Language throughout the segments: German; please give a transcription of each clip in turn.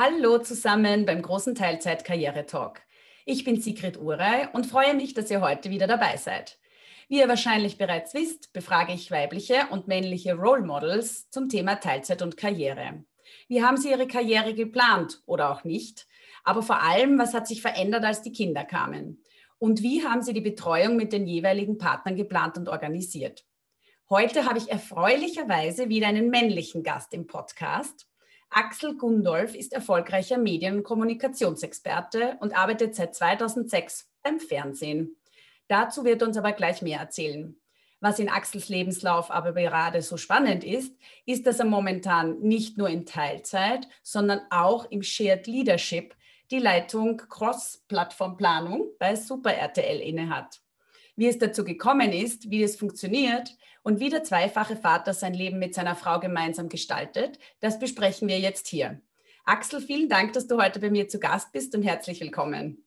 Hallo zusammen beim großen Teilzeit-Karriere-Talk. Ich bin Sigrid Urey und freue mich, dass ihr heute wieder dabei seid. Wie ihr wahrscheinlich bereits wisst, befrage ich weibliche und männliche Role Models zum Thema Teilzeit und Karriere. Wie haben sie ihre Karriere geplant oder auch nicht? Aber vor allem, was hat sich verändert, als die Kinder kamen? Und wie haben sie die Betreuung mit den jeweiligen Partnern geplant und organisiert? Heute habe ich erfreulicherweise wieder einen männlichen Gast im Podcast. Axel Gundolf ist erfolgreicher Medien- und Kommunikationsexperte und arbeitet seit 2006 beim Fernsehen. Dazu wird uns aber gleich mehr erzählen. Was in Axels Lebenslauf aber gerade so spannend ist, ist, dass er momentan nicht nur in Teilzeit, sondern auch im Shared Leadership die Leitung Cross-Plattform-Planung bei Super RTL innehat. Wie es dazu gekommen ist, wie es funktioniert und wie der zweifache Vater sein Leben mit seiner Frau gemeinsam gestaltet, das besprechen wir jetzt hier. Axel, vielen Dank, dass du heute bei mir zu Gast bist und herzlich willkommen.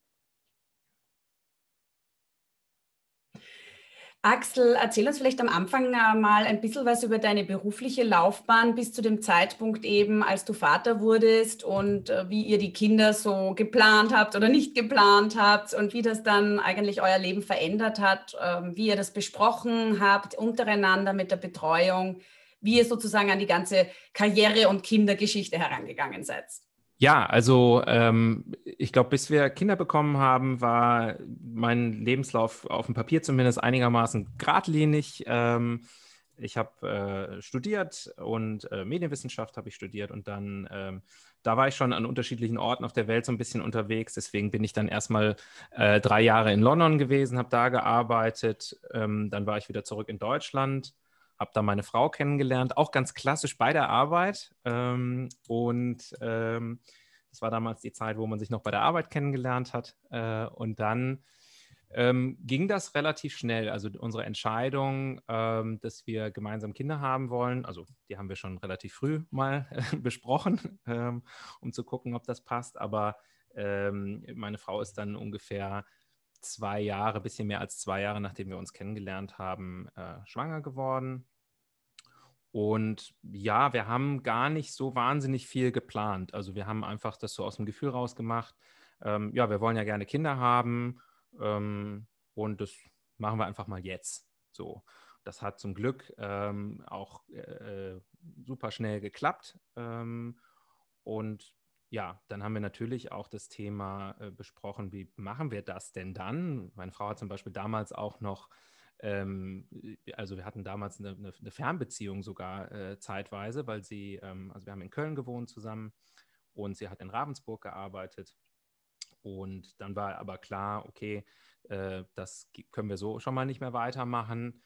Axel, erzähl uns vielleicht am Anfang mal ein bisschen was über deine berufliche Laufbahn bis zu dem Zeitpunkt eben, als du Vater wurdest und wie ihr die Kinder so geplant habt oder nicht geplant habt und wie das dann eigentlich euer Leben verändert hat, wie ihr das besprochen habt untereinander mit der Betreuung, wie ihr sozusagen an die ganze Karriere- und Kindergeschichte herangegangen seid. Ja, also ich glaube, bis wir Kinder bekommen haben, war mein Lebenslauf auf dem Papier zumindest einigermaßen geradlinig. Ich habe studiert und Medienwissenschaft habe ich studiert und dann, da war ich schon an unterschiedlichen Orten auf der Welt so ein bisschen unterwegs. Deswegen bin ich dann erstmal 3 Jahre in London gewesen, habe da gearbeitet. Dann war ich wieder zurück in Deutschland, habe da meine Frau kennengelernt, auch ganz klassisch bei der Arbeit. Das war damals die Zeit, wo man sich noch bei der Arbeit kennengelernt hat. Und dann ging das relativ schnell. Also unsere Entscheidung, dass wir gemeinsam Kinder haben wollen, also die haben wir schon relativ früh mal besprochen, um zu gucken, ob das passt. Aber meine Frau ist dann ungefähr 2 Jahre, bisschen mehr als 2 Jahre, nachdem wir uns kennengelernt haben, schwanger geworden. Und ja, wir haben gar nicht so wahnsinnig viel geplant. Also wir haben einfach das so aus dem Gefühl raus gemacht. Ja, wir wollen ja gerne Kinder haben und das machen wir einfach mal jetzt. So, das hat zum Glück auch super schnell geklappt. Und ja, dann haben wir natürlich auch das Thema besprochen, wie machen wir das denn dann? Meine Frau hat zum Beispiel damals auch noch also wir hatten damals eine Fernbeziehung sogar zeitweise, weil sie, also wir haben in Köln gewohnt zusammen und sie hat in Ravensburg gearbeitet. Und dann war aber klar, okay, das können wir so schon mal nicht mehr weitermachen.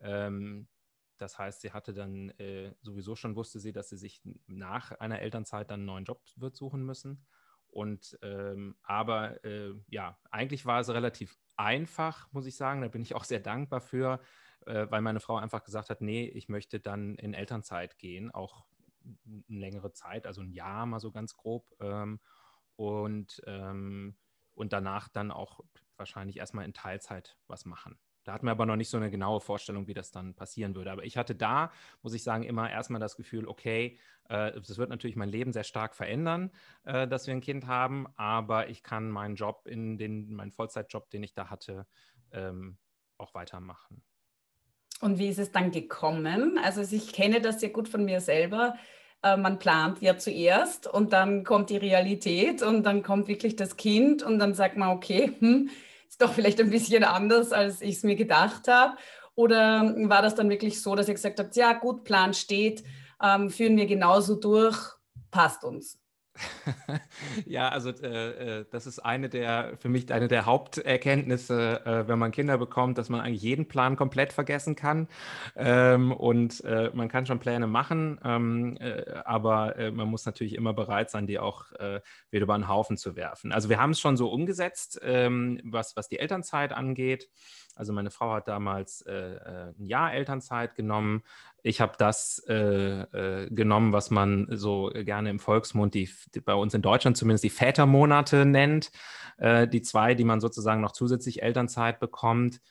Das heißt, sie hatte dann sowieso schon, wusste sie, dass sie sich nach einer Elternzeit dann einen neuen Job wird suchen müssen. Und aber ja, eigentlich war es relativ einfach, muss ich sagen. Da bin ich auch sehr dankbar für, weil meine Frau einfach gesagt hat, nee, ich möchte dann in Elternzeit gehen, auch eine längere Zeit, also ein Jahr mal so ganz grob. Und, und danach dann auch wahrscheinlich erstmal in Teilzeit was machen. Da hatten wir aber noch nicht so eine genaue Vorstellung, wie das dann passieren würde. Aber ich hatte da, muss ich sagen, immer erstmal das Gefühl, okay, das wird natürlich mein Leben sehr stark verändern, dass wir ein Kind haben, aber ich kann meinen Job meinen Vollzeitjob, den ich da hatte, auch weitermachen. Und wie ist es dann gekommen? Also ich kenne das sehr gut von mir selber. Man plant ja zuerst und dann kommt die Realität und dann kommt wirklich das Kind und dann sagt man, okay, ist doch vielleicht ein bisschen anders, als ich es mir gedacht habe. Oder war das dann wirklich so, dass ihr gesagt habt, ja gut, Plan steht, führen wir genauso durch, passt uns? Ja, also das ist für mich eine der Haupterkenntnisse, wenn man Kinder bekommt, dass man eigentlich jeden Plan komplett vergessen kann. Und man kann schon Pläne machen, aber man muss natürlich immer bereit sein, die auch wieder über den Haufen zu werfen. Also wir haben es schon so umgesetzt, was die Elternzeit angeht. Also meine Frau hat damals ein Jahr Elternzeit genommen. Ich habe das genommen, was man so gerne im Volksmund, bei uns in Deutschland zumindest die Vätermonate nennt. Die 2, die man sozusagen noch zusätzlich Elternzeit bekommt.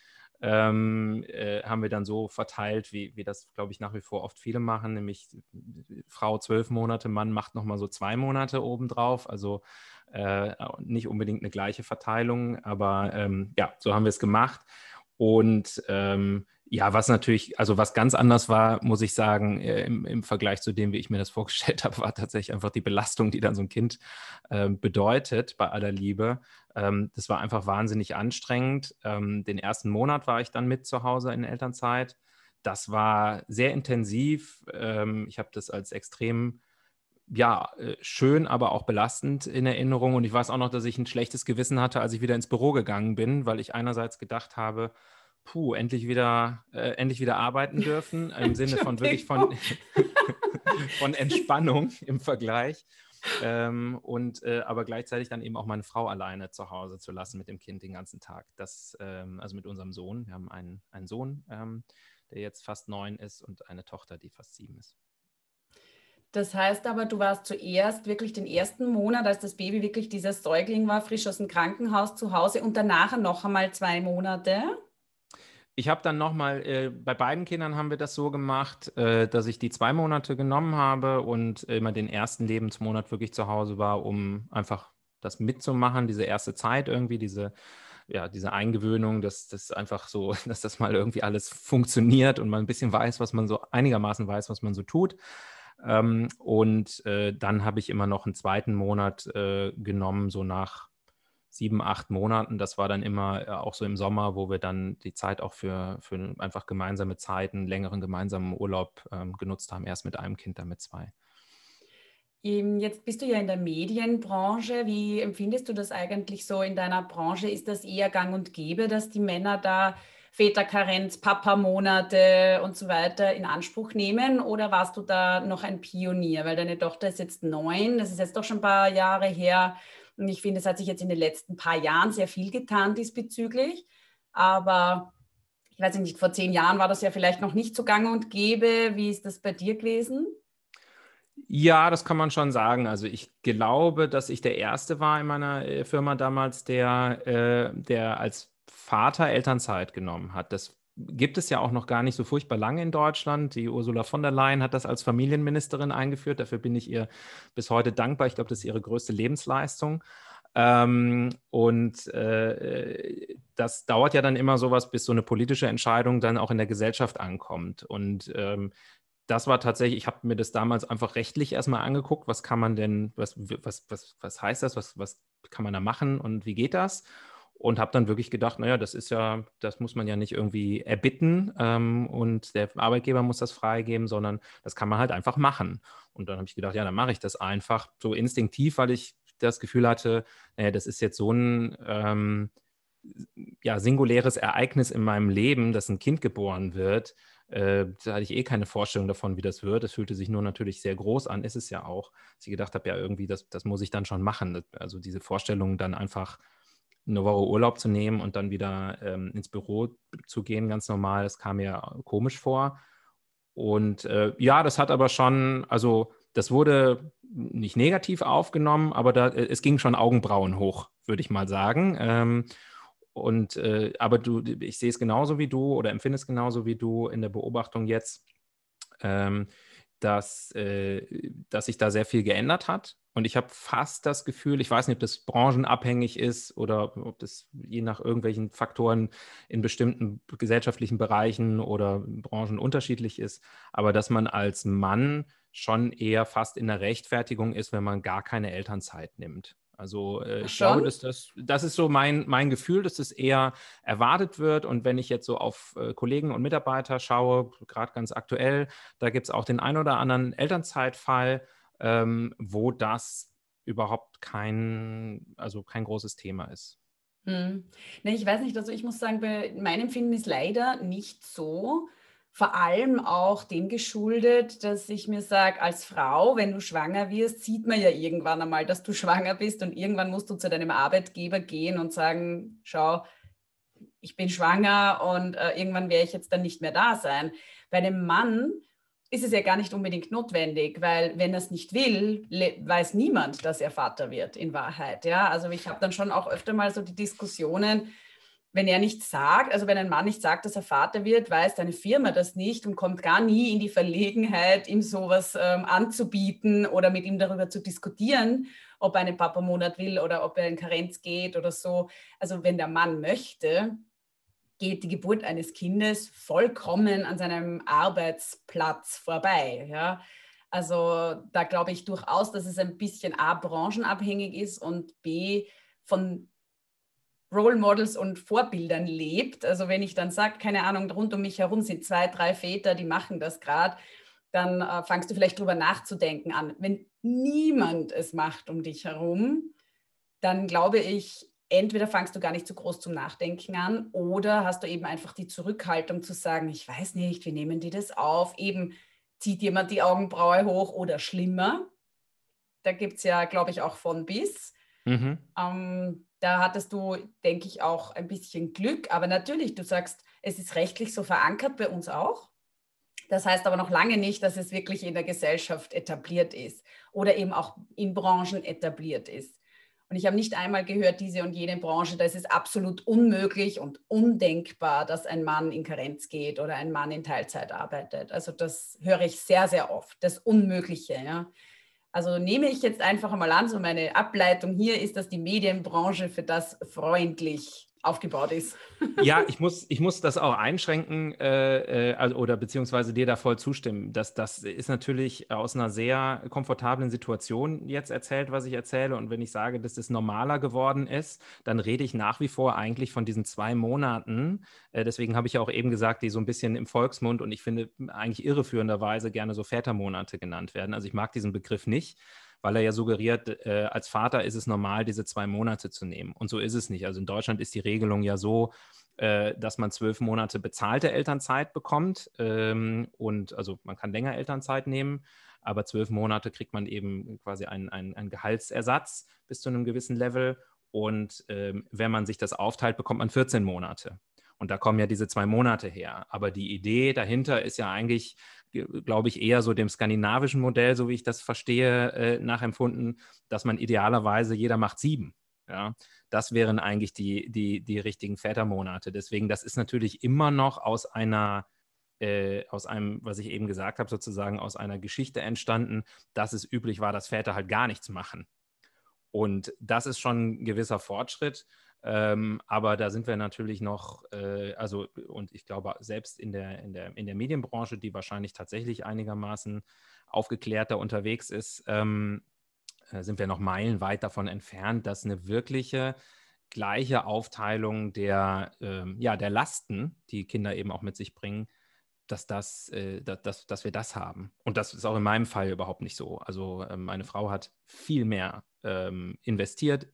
haben wir dann so verteilt, wie das, glaube ich, nach wie vor oft viele machen, nämlich Frau 12 Monate, Mann macht nochmal so 2 Monate obendrauf, also nicht unbedingt eine gleiche Verteilung, aber ja, so haben wir es gemacht. Und ja, was natürlich, also was ganz anders war, muss ich sagen, im Vergleich zu dem, wie ich mir das vorgestellt habe, war tatsächlich einfach die Belastung, die dann so ein Kind bedeutet, bei aller Liebe. Das war einfach wahnsinnig anstrengend. Den ersten Monat war ich dann mit zu Hause in Elternzeit. Das war sehr intensiv. Ich habe das als extrem, ja, schön, aber auch belastend in Erinnerung. Und ich weiß auch noch, dass ich ein schlechtes Gewissen hatte, als ich wieder ins Büro gegangen bin, weil ich einerseits gedacht habe, puh, endlich wieder arbeiten dürfen, im Sinne von wirklich von Entspannung im Vergleich. Aber gleichzeitig dann eben auch meine Frau alleine zu Hause zu lassen mit dem Kind den ganzen Tag. Also mit unserem Sohn. Wir haben einen Sohn, der jetzt fast 9 ist und eine Tochter, die fast 7 ist. Das heißt aber, du warst zuerst wirklich den ersten Monat, als das Baby wirklich dieser Säugling war, frisch aus dem Krankenhaus zu Hause und danach noch einmal 2 Monate? Ich habe dann nochmal, bei beiden Kindern haben wir das so gemacht, dass ich die 2 Monate genommen habe und immer den ersten Lebensmonat wirklich zu Hause war, um einfach das mitzumachen, diese erste Zeit irgendwie, diese Eingewöhnung, dass das einfach so, dass das mal irgendwie alles funktioniert und man ein bisschen weiß, was man so einigermaßen weiß, was man so tut. Dann habe ich immer noch einen zweiten Monat genommen, so nach 7, 8 Monaten. Das war dann immer auch so im Sommer, wo wir dann die Zeit auch für einfach gemeinsame Zeiten, längeren gemeinsamen Urlaub genutzt haben, erst mit einem Kind, dann mit 2. Jetzt bist du ja in der Medienbranche. Wie empfindest du das eigentlich so in deiner Branche? Ist das eher gang und gäbe, dass die Männer da Väterkarenz, Papa-Monate und so weiter in Anspruch nehmen? Oder warst du da noch ein Pionier? Weil deine Tochter ist jetzt 9, das ist jetzt doch schon ein paar Jahre her. Und ich finde, es hat sich jetzt in den letzten paar Jahren sehr viel getan diesbezüglich. Aber ich weiß nicht, vor 10 Jahren war das ja vielleicht noch nicht so gang und gäbe. Wie ist das bei dir gewesen? Ja, das kann man schon sagen. Also ich glaube, dass ich der Erste war in meiner Firma damals, der als Vater Elternzeit genommen hat. Das gibt es ja auch noch gar nicht so furchtbar lange in Deutschland. Die Ursula von der Leyen hat das als Familienministerin eingeführt. Dafür bin ich ihr bis heute dankbar. Ich glaube, das ist ihre größte Lebensleistung. Das dauert ja dann immer sowas, bis so eine politische Entscheidung dann auch in der Gesellschaft ankommt. Das war tatsächlich, ich habe mir das damals einfach rechtlich erstmal angeguckt, was kann man denn, was heißt das, was kann man da machen und wie geht das? Und habe dann wirklich gedacht, naja, das muss man ja nicht irgendwie erbitten und der Arbeitgeber muss das freigeben, sondern das kann man halt einfach machen. Und dann habe ich gedacht, ja, dann mache ich das einfach so instinktiv, weil ich das Gefühl hatte, naja, das ist jetzt so ein singuläres Ereignis in meinem Leben, dass ein Kind geboren wird. Da hatte ich eh keine Vorstellung davon, wie das wird. Es fühlte sich nur natürlich sehr groß an, ist es ja auch. Dass ich gedacht habe, ja, irgendwie, das muss ich dann schon machen. Also diese Vorstellung, dann einfach eine Woche Urlaub zu nehmen und dann wieder ins Büro zu gehen, ganz normal, das kam mir komisch vor. Und ja, das hat aber schon, also das wurde nicht negativ aufgenommen, aber es ging schon Augenbrauen hoch, würde ich mal sagen. Aber ich sehe es genauso wie du oder empfinde es genauso wie du in der Beobachtung jetzt, dass sich da sehr viel geändert hat. Und ich habe fast das Gefühl, ich weiß nicht, ob das branchenabhängig ist oder ob das je nach irgendwelchen Faktoren in bestimmten gesellschaftlichen Bereichen oder Branchen unterschiedlich ist, aber dass man als Mann schon eher fast in der Rechtfertigung ist, wenn man gar keine Elternzeit nimmt. Also Ach ich glaube, schon? dass das ist so mein Gefühl, dass das eher erwartet wird. Und wenn ich jetzt so auf Kollegen und Mitarbeiter schaue, gerade ganz aktuell, da gibt es auch den ein oder anderen Elternzeitfall, wo das überhaupt kein großes Thema ist. Nee, ich weiß nicht, also ich muss sagen, mein Empfinden ist leider nicht so. Vor allem auch dem geschuldet, dass ich mir sage, als Frau, wenn du schwanger wirst, sieht man ja irgendwann einmal, dass du schwanger bist und irgendwann musst du zu deinem Arbeitgeber gehen und sagen, schau, ich bin schwanger und irgendwann werde ich jetzt dann nicht mehr da sein. Bei einem Mann ist es ja gar nicht unbedingt notwendig, weil wenn er es nicht will, weiß niemand, dass er Vater wird in Wahrheit. Ja? Also ich habe dann schon auch öfter mal so die Diskussionen, wenn er nichts sagt, also wenn ein Mann nicht sagt, dass er Vater wird, weiß deine Firma das nicht und kommt gar nie in die Verlegenheit, ihm sowas anzubieten oder mit ihm darüber zu diskutieren, ob er einen Papamonat will oder ob er in Karenz geht oder so. Also wenn der Mann möchte, geht die Geburt eines Kindes vollkommen an seinem Arbeitsplatz vorbei. Ja? Also da glaube ich durchaus, dass es ein bisschen A, branchenabhängig ist und B, von Role Models und Vorbildern lebt. Also wenn ich dann sage, keine Ahnung, rund um mich herum sind 2, 3 Väter, die machen das gerade, dann fangst du vielleicht drüber nachzudenken an. Wenn niemand es macht um dich herum, dann glaube ich, entweder fangst du gar nicht so groß zum Nachdenken an oder hast du eben einfach die Zurückhaltung zu sagen, ich weiß nicht, wie nehmen die das auf? Eben zieht jemand die Augenbraue hoch oder schlimmer. Da gibt es ja, glaube ich, auch von bis. Mhm. Da hattest du, denke ich, auch ein bisschen Glück. Aber natürlich, du sagst, es ist rechtlich so verankert bei uns auch. Das heißt aber noch lange nicht, dass es wirklich in der Gesellschaft etabliert ist oder eben auch in Branchen etabliert ist. Und ich habe nicht einmal gehört, diese und jene Branche, da ist es absolut unmöglich und undenkbar, dass ein Mann in Karenz geht oder ein Mann in Teilzeit arbeitet. Also das höre ich sehr, sehr oft, das Unmögliche. Ja. Also nehme ich jetzt einfach einmal an, so meine Ableitung hier ist, dass die Medienbranche für das freundlich aufgebaut ist. Ja, ich muss das auch einschränken also, oder beziehungsweise dir da voll zustimmen. Das ist natürlich aus einer sehr komfortablen Situation jetzt erzählt, was ich erzähle. Und wenn ich sage, dass das normaler geworden ist, dann rede ich nach wie vor eigentlich von diesen 2 Monaten. Deswegen habe ich ja auch eben gesagt, die so ein bisschen im Volksmund und ich finde eigentlich irreführenderweise gerne so Vätermonate genannt werden. Also ich mag diesen Begriff nicht, weil er ja suggeriert, als Vater ist es normal, diese 2 Monate zu nehmen. Und so ist es nicht. Also in Deutschland ist die Regelung ja so, dass man 12 Monate bezahlte Elternzeit bekommt. Und also man kann länger Elternzeit nehmen, aber 12 Monate kriegt man eben quasi einen Gehaltsersatz bis zu einem gewissen Level. Und wenn man sich das aufteilt, bekommt man 14 Monate. Und da kommen ja diese 2 Monate her. Aber die Idee dahinter ist ja eigentlich, glaube ich, eher so dem skandinavischen Modell, so wie ich das verstehe, nachempfunden, dass man idealerweise jeder macht 7. Ja, das wären eigentlich die richtigen Vätermonate. Deswegen, das ist natürlich immer noch aus einem, was ich eben gesagt habe, sozusagen aus einer Geschichte entstanden, dass es üblich war, dass Väter halt gar nichts machen. Und das ist schon ein gewisser Fortschritt. Aber da sind wir natürlich noch, also, und ich glaube, selbst in der Medienbranche, die wahrscheinlich tatsächlich einigermaßen aufgeklärter unterwegs ist, sind wir noch meilenweit davon entfernt, dass eine wirkliche gleiche Aufteilung der Lasten, die Kinder eben auch mit sich bringen, dass wir das haben. Und das ist auch in meinem Fall überhaupt nicht so. Also meine Frau hat viel mehr investiert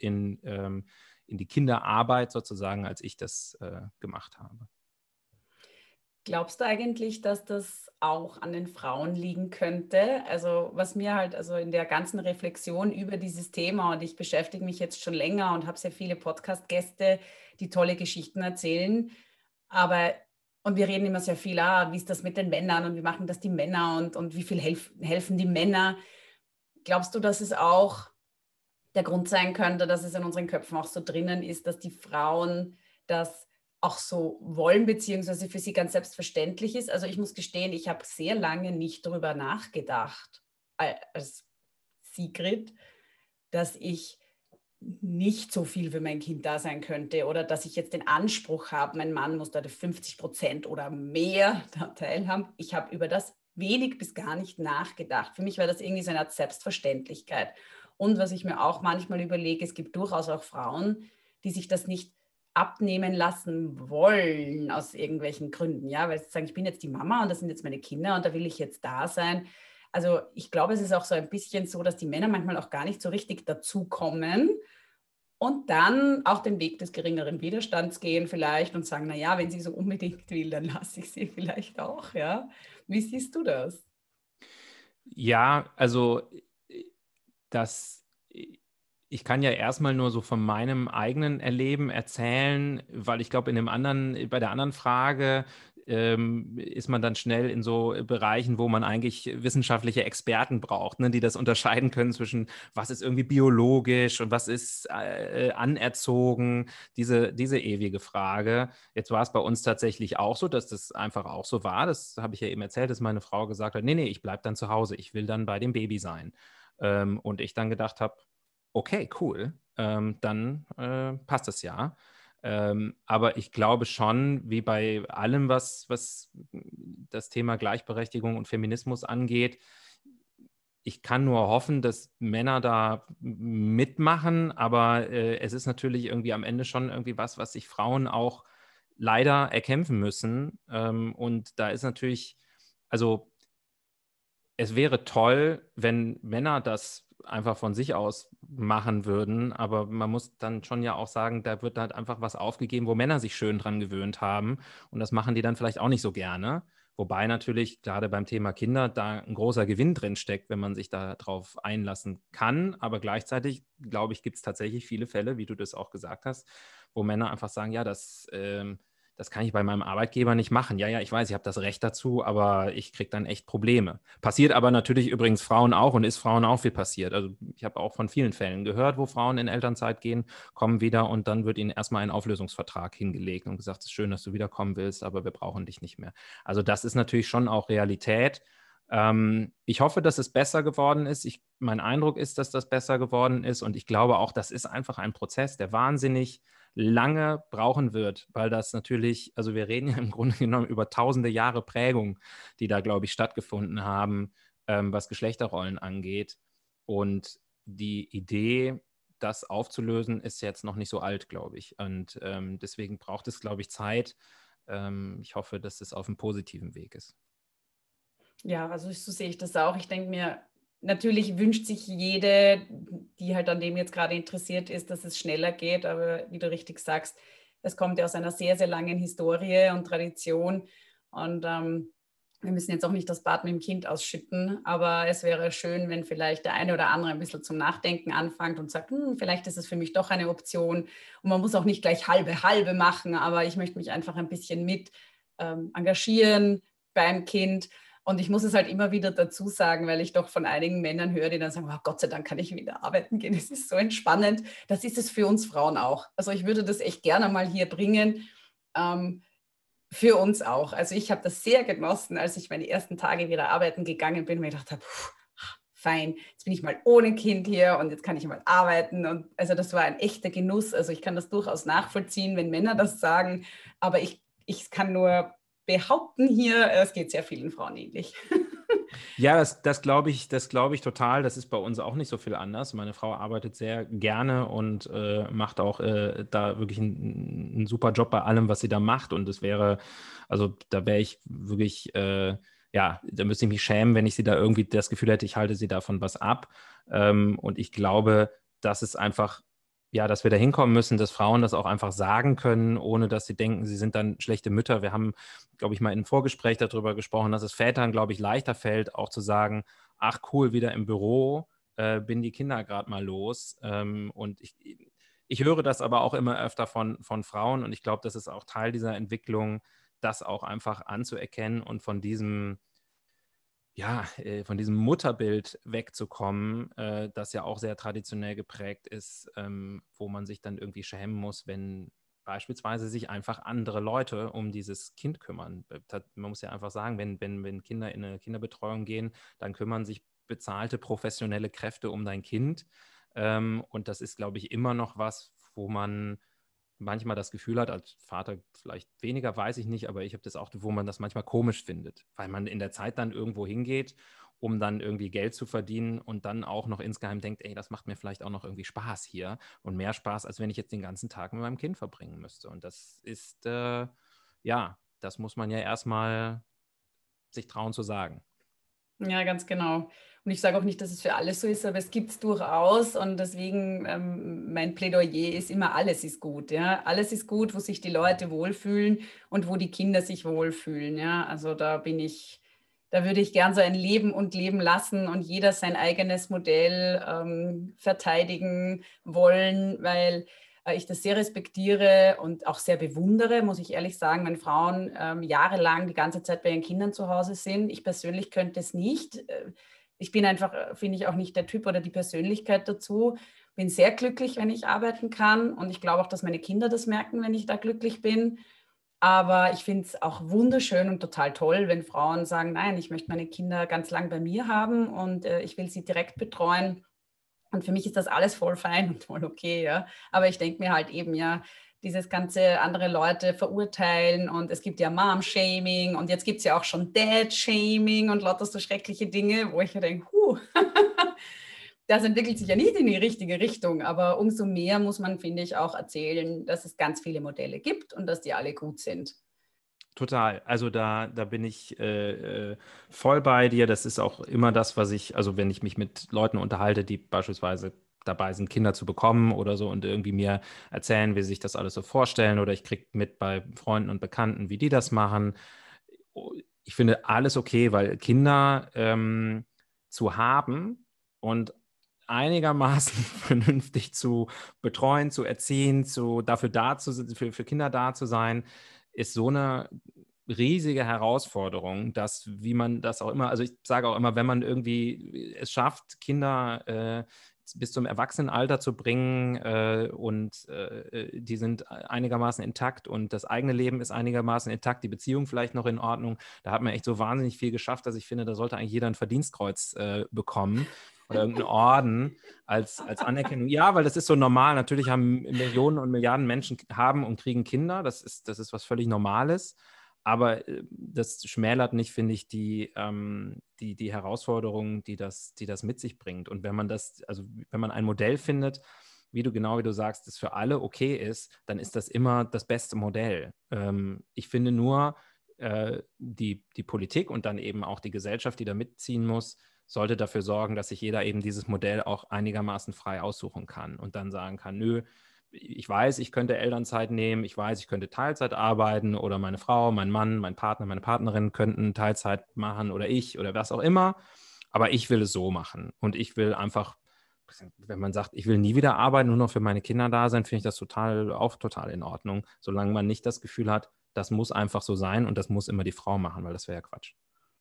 in die Kinderarbeit sozusagen, als ich das gemacht habe. Glaubst du eigentlich, dass das auch an den Frauen liegen könnte? Also was mir halt, also in der ganzen Reflexion über dieses Thema und ich beschäftige mich jetzt schon länger und habe sehr viele Podcast-Gäste, die tolle Geschichten erzählen, aber und wir reden immer sehr viel, wie ist das mit den Männern und wie machen das die Männer und wie viel helfen die Männer? Glaubst du, dass es auch der Grund sein könnte, dass es in unseren Köpfen auch so drinnen ist, dass die Frauen das auch so wollen, beziehungsweise für sie ganz selbstverständlich ist? Also ich muss gestehen, ich habe sehr lange nicht darüber nachgedacht, als Sigrid, dass ich nicht so viel für mein Kind da sein könnte oder dass ich jetzt den Anspruch habe, mein Mann muss da 50% oder mehr da teilhaben. Ich habe über das wenig bis gar nicht nachgedacht. Für mich war das irgendwie so eine Art Selbstverständlichkeit. Und was ich mir auch manchmal überlege, es gibt durchaus auch Frauen, die sich das nicht abnehmen lassen wollen aus irgendwelchen Gründen, ja, weil sie sagen, ich bin jetzt die Mama und das sind jetzt meine Kinder und da will ich jetzt da sein. Also ich glaube, es ist auch so ein bisschen so, dass die Männer manchmal auch gar nicht so richtig dazukommen und dann auch den Weg des geringeren Widerstands gehen vielleicht und sagen, naja, wenn sie so unbedingt will, dann lasse ich sie vielleicht auch, ja. Wie siehst du das? Ja, also das, ich kann ja erstmal nur so von meinem eigenen Erleben erzählen, weil ich glaube, bei der anderen Frage ist man dann schnell in so Bereichen, wo man eigentlich wissenschaftliche Experten braucht, ne, die das unterscheiden können zwischen, was ist irgendwie biologisch und was ist anerzogen, diese ewige Frage. Jetzt war es bei uns tatsächlich auch so, dass das einfach auch so war. Das habe ich ja eben erzählt, dass meine Frau gesagt hat, nee, ich bleibe dann zu Hause, ich will dann bei dem Baby sein. Und ich dann gedacht habe, okay, cool, dann passt das ja. Aber ich glaube schon, wie bei allem, was das Thema Gleichberechtigung und Feminismus angeht, ich kann nur hoffen, dass Männer da mitmachen, aber es ist natürlich irgendwie am Ende schon irgendwie was sich Frauen auch leider erkämpfen müssen. Und da ist natürlich, also es wäre toll, wenn Männer das einfach von sich aus machen würden, aber man muss dann schon ja auch sagen, da wird halt einfach was aufgegeben, wo Männer sich schön dran gewöhnt haben und das machen die dann vielleicht auch nicht so gerne. Wobei natürlich gerade beim Thema Kinder da ein großer Gewinn drin steckt, wenn man sich darauf einlassen kann. Aber gleichzeitig, glaube ich, gibt es tatsächlich viele Fälle, wie du das auch gesagt hast, wo Männer einfach sagen, ja, das kann ich bei meinem Arbeitgeber nicht machen. Ja, ich weiß, ich habe das Recht dazu, aber ich kriege dann echt Probleme. Passiert aber natürlich übrigens Frauen auch und ist Frauen auch viel passiert. Also ich habe auch von vielen Fällen gehört, wo Frauen in Elternzeit gehen, kommen wieder und dann wird ihnen erstmal ein Auflösungsvertrag hingelegt und gesagt, es ist schön, dass du wiederkommen willst, aber wir brauchen dich nicht mehr. Also das ist natürlich schon auch Realität. Ich hoffe, dass es besser geworden ist. Mein Eindruck ist, dass das besser geworden ist und ich glaube auch, das ist einfach ein Prozess, der wahnsinnig lange brauchen wird, weil das natürlich, also wir reden ja im Grunde genommen über tausende Jahre Prägung, die da, glaube ich, stattgefunden haben, was Geschlechterrollen angeht. Und die Idee, das aufzulösen, ist jetzt noch nicht so alt, glaube ich. Und deswegen braucht es, glaube ich, Zeit. Ich hoffe, dass es auf einem positiven Weg ist. Ja, also so sehe ich das auch. Ich denke mir, natürlich wünscht sich jede, die halt an dem jetzt gerade interessiert ist, dass es schneller geht. Aber wie du richtig sagst, es kommt ja aus einer sehr, sehr langen Historie und Tradition. Und wir müssen jetzt auch nicht das Bad mit dem Kind ausschütten. Aber es wäre schön, wenn vielleicht der eine oder andere ein bisschen zum Nachdenken anfängt und sagt, vielleicht ist es für mich doch eine Option. Und man muss auch nicht gleich halbe machen, aber ich möchte mich einfach ein bisschen mit engagieren beim Kind. Und ich muss es halt immer wieder dazu sagen, weil ich doch von einigen Männern höre, die dann sagen, oh, Gott sei Dank kann ich wieder arbeiten gehen. Es ist so entspannend. Das ist es für uns Frauen auch. Also ich würde das echt gerne mal hier bringen. Für uns auch. Also ich habe das sehr genossen, als ich meine ersten Tage wieder arbeiten gegangen bin und mir gedacht habe, fein, jetzt bin ich mal ohne Kind hier und jetzt kann ich mal arbeiten. Und also das war ein echter Genuss. Also ich kann das durchaus nachvollziehen, wenn Männer das sagen, aber ich kann nur behaupten hier, es geht sehr vielen Frauen ähnlich. Ja, das glaube ich total. Das ist bei uns auch nicht so viel anders. Meine Frau arbeitet sehr gerne und macht auch da wirklich einen super Job bei allem, was sie da macht. Und also da wäre ich wirklich, ja, da müsste ich mich schämen, wenn ich sie da irgendwie das Gefühl hätte, ich halte sie davon was ab. Und ich glaube, dass es einfach, ja, dass wir da hinkommen müssen, dass Frauen das auch einfach sagen können, ohne dass sie denken, sie sind dann schlechte Mütter. Wir haben, glaube ich, mal in einem Vorgespräch darüber gesprochen, dass es Vätern, glaube ich, leichter fällt, auch zu sagen, ach cool, wieder im Büro, bin die Kinder gerade mal los. Und ich höre das aber auch immer öfter von Frauen und ich glaube, das ist auch Teil dieser Entwicklung, das auch einfach anzuerkennen und von diesem Mutterbild wegzukommen, das ja auch sehr traditionell geprägt ist, wo man sich dann irgendwie schämen muss, wenn beispielsweise sich einfach andere Leute um dieses Kind kümmern. Man muss ja einfach sagen, wenn Kinder in eine Kinderbetreuung gehen, dann kümmern sich bezahlte professionelle Kräfte um dein Kind. Und das ist, glaube ich, immer noch was, wo man manchmal das Gefühl hat, als Vater vielleicht weniger, weiß ich nicht, aber ich habe das auch, wo man das manchmal komisch findet, weil man in der Zeit dann irgendwo hingeht, um dann irgendwie Geld zu verdienen und dann auch noch insgeheim denkt, ey, das macht mir vielleicht auch noch irgendwie Spaß hier und mehr Spaß, als wenn ich jetzt den ganzen Tag mit meinem Kind verbringen müsste. Und das ist, ja, das muss man ja erstmal sich trauen zu sagen. Ja, ganz genau. Und ich sage auch nicht, dass es für alles so ist, aber es gibt es durchaus. Und deswegen mein Plädoyer ist immer, alles ist gut. Ja? Alles ist gut, wo sich die Leute wohlfühlen und wo die Kinder sich wohlfühlen. Ja? Also da würde ich gern so ein Leben und leben lassen und jeder sein eigenes Modell verteidigen wollen, weil ich das sehr respektiere und auch sehr bewundere, muss ich ehrlich sagen, wenn Frauen jahrelang die ganze Zeit bei ihren Kindern zu Hause sind. Ich persönlich könnte es nicht. Ich bin einfach, finde ich, auch nicht der Typ oder die Persönlichkeit dazu. Bin sehr glücklich, wenn ich arbeiten kann, und ich glaube auch, dass meine Kinder das merken, wenn ich da glücklich bin. Aber ich finde es auch wunderschön und total toll, wenn Frauen sagen, nein, ich möchte meine Kinder ganz lang bei mir haben und ich will sie direkt betreuen. Und für mich ist das alles voll fein und voll okay, ja. Aber ich denke mir halt eben, ja, dieses ganze andere Leute verurteilen, und es gibt ja Mom-Shaming und jetzt gibt es ja auch schon Dad-Shaming und lauter so schreckliche Dinge, wo ich mir denke, das entwickelt sich ja nicht in die richtige Richtung, aber umso mehr muss man, finde ich, auch erzählen, dass es ganz viele Modelle gibt und dass die alle gut sind. Total. Also da bin ich voll bei dir. Das ist auch immer das, was ich, also wenn ich mich mit Leuten unterhalte, die beispielsweise dabei sind, Kinder zu bekommen oder so und irgendwie mir erzählen, wie sie sich das alles so vorstellen, oder ich kriege mit bei Freunden und Bekannten, wie die das machen. Ich finde alles okay, weil Kinder zu haben und einigermaßen vernünftig zu betreuen, zu erziehen, dafür da zu, für Kinder da zu sein, ist so eine riesige Herausforderung, dass, wie man das auch immer, also ich sage auch immer, wenn man irgendwie es schafft, Kinder bis zum Erwachsenenalter zu bringen und die sind einigermaßen intakt und das eigene Leben ist einigermaßen intakt, die Beziehung vielleicht noch in Ordnung, da hat man echt so wahnsinnig viel geschafft, dass ich finde, da sollte eigentlich jeder ein Verdienstkreuz bekommen oder irgendeinen Orden als Anerkennung. Ja, weil das ist so normal. Natürlich haben Millionen und Milliarden Menschen haben und kriegen Kinder. Das ist was völlig Normales. Aber das schmälert nicht, finde ich, die Herausforderungen, die das mit sich bringt. Und wenn man also wenn man ein Modell findet, wie du sagst, das für alle okay ist, dann ist das immer das beste Modell. Ich finde nur, die Politik und dann eben auch die Gesellschaft, die da mitziehen muss, sollte dafür sorgen, dass sich jeder eben dieses Modell auch einigermaßen frei aussuchen kann und dann sagen kann, nö, ich weiß, ich könnte Elternzeit nehmen, ich weiß, ich könnte Teilzeit arbeiten oder meine Frau, mein Mann, mein Partner, meine Partnerin könnten Teilzeit machen oder ich oder was auch immer, aber ich will es so machen und ich will einfach, wenn man sagt, ich will nie wieder arbeiten, nur noch für meine Kinder da sein, finde ich das total in Ordnung, solange man nicht das Gefühl hat, das muss einfach so sein und das muss immer die Frau machen, weil das wäre ja Quatsch.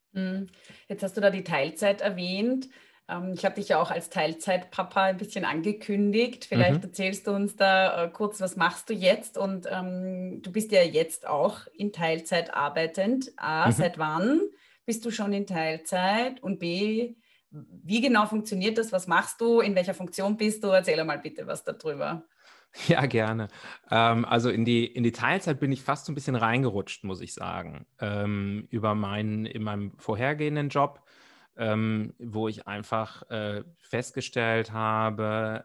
Jetzt hast du da die Teilzeit erwähnt. Ich habe dich ja auch als Teilzeitpapa ein bisschen angekündigt. Vielleicht Mhm. erzählst du uns da kurz, was machst du jetzt? Und du bist ja jetzt auch in Teilzeit arbeitend. A, Mhm. seit wann bist du schon in Teilzeit? Und B, wie genau funktioniert das? Was machst du? In welcher Funktion bist du? Erzähl mal bitte was darüber. Ja, gerne. Also in die Teilzeit bin ich fast so ein bisschen reingerutscht, muss ich sagen. In meinem vorhergehenden Job, wo ich einfach festgestellt habe,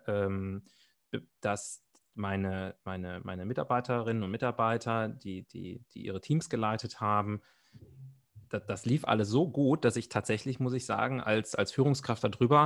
dass meine Mitarbeiterinnen und Mitarbeiter, die ihre Teams geleitet haben, das lief alles so gut, dass ich tatsächlich, muss ich sagen, als Führungskraft darüber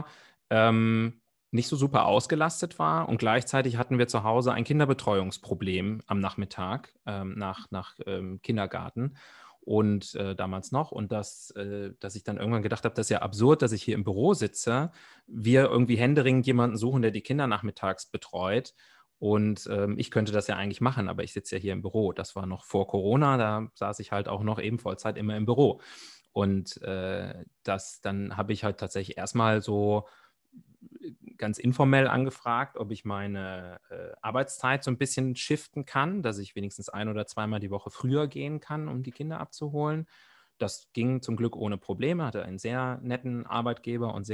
nicht so super ausgelastet war. Und gleichzeitig hatten wir zu Hause ein Kinderbetreuungsproblem am Nachmittag nach Kindergarten und damals noch. Und dass ich dann irgendwann gedacht habe, das ist ja absurd, dass ich hier im Büro sitze, wir irgendwie händeringend jemanden suchen, der die Kinder nachmittags betreut. Und ich könnte das ja eigentlich machen, aber ich sitze ja hier im Büro. Das war noch vor Corona, da saß ich halt auch noch eben Vollzeit immer im Büro. Und dann habe ich halt tatsächlich erstmal so ganz informell angefragt, ob ich meine Arbeitszeit so ein bisschen shiften kann, dass ich wenigstens ein- oder zweimal die Woche früher gehen kann, um die Kinder abzuholen. Das ging zum Glück ohne Probleme, hatte einen sehr netten Arbeitgeber und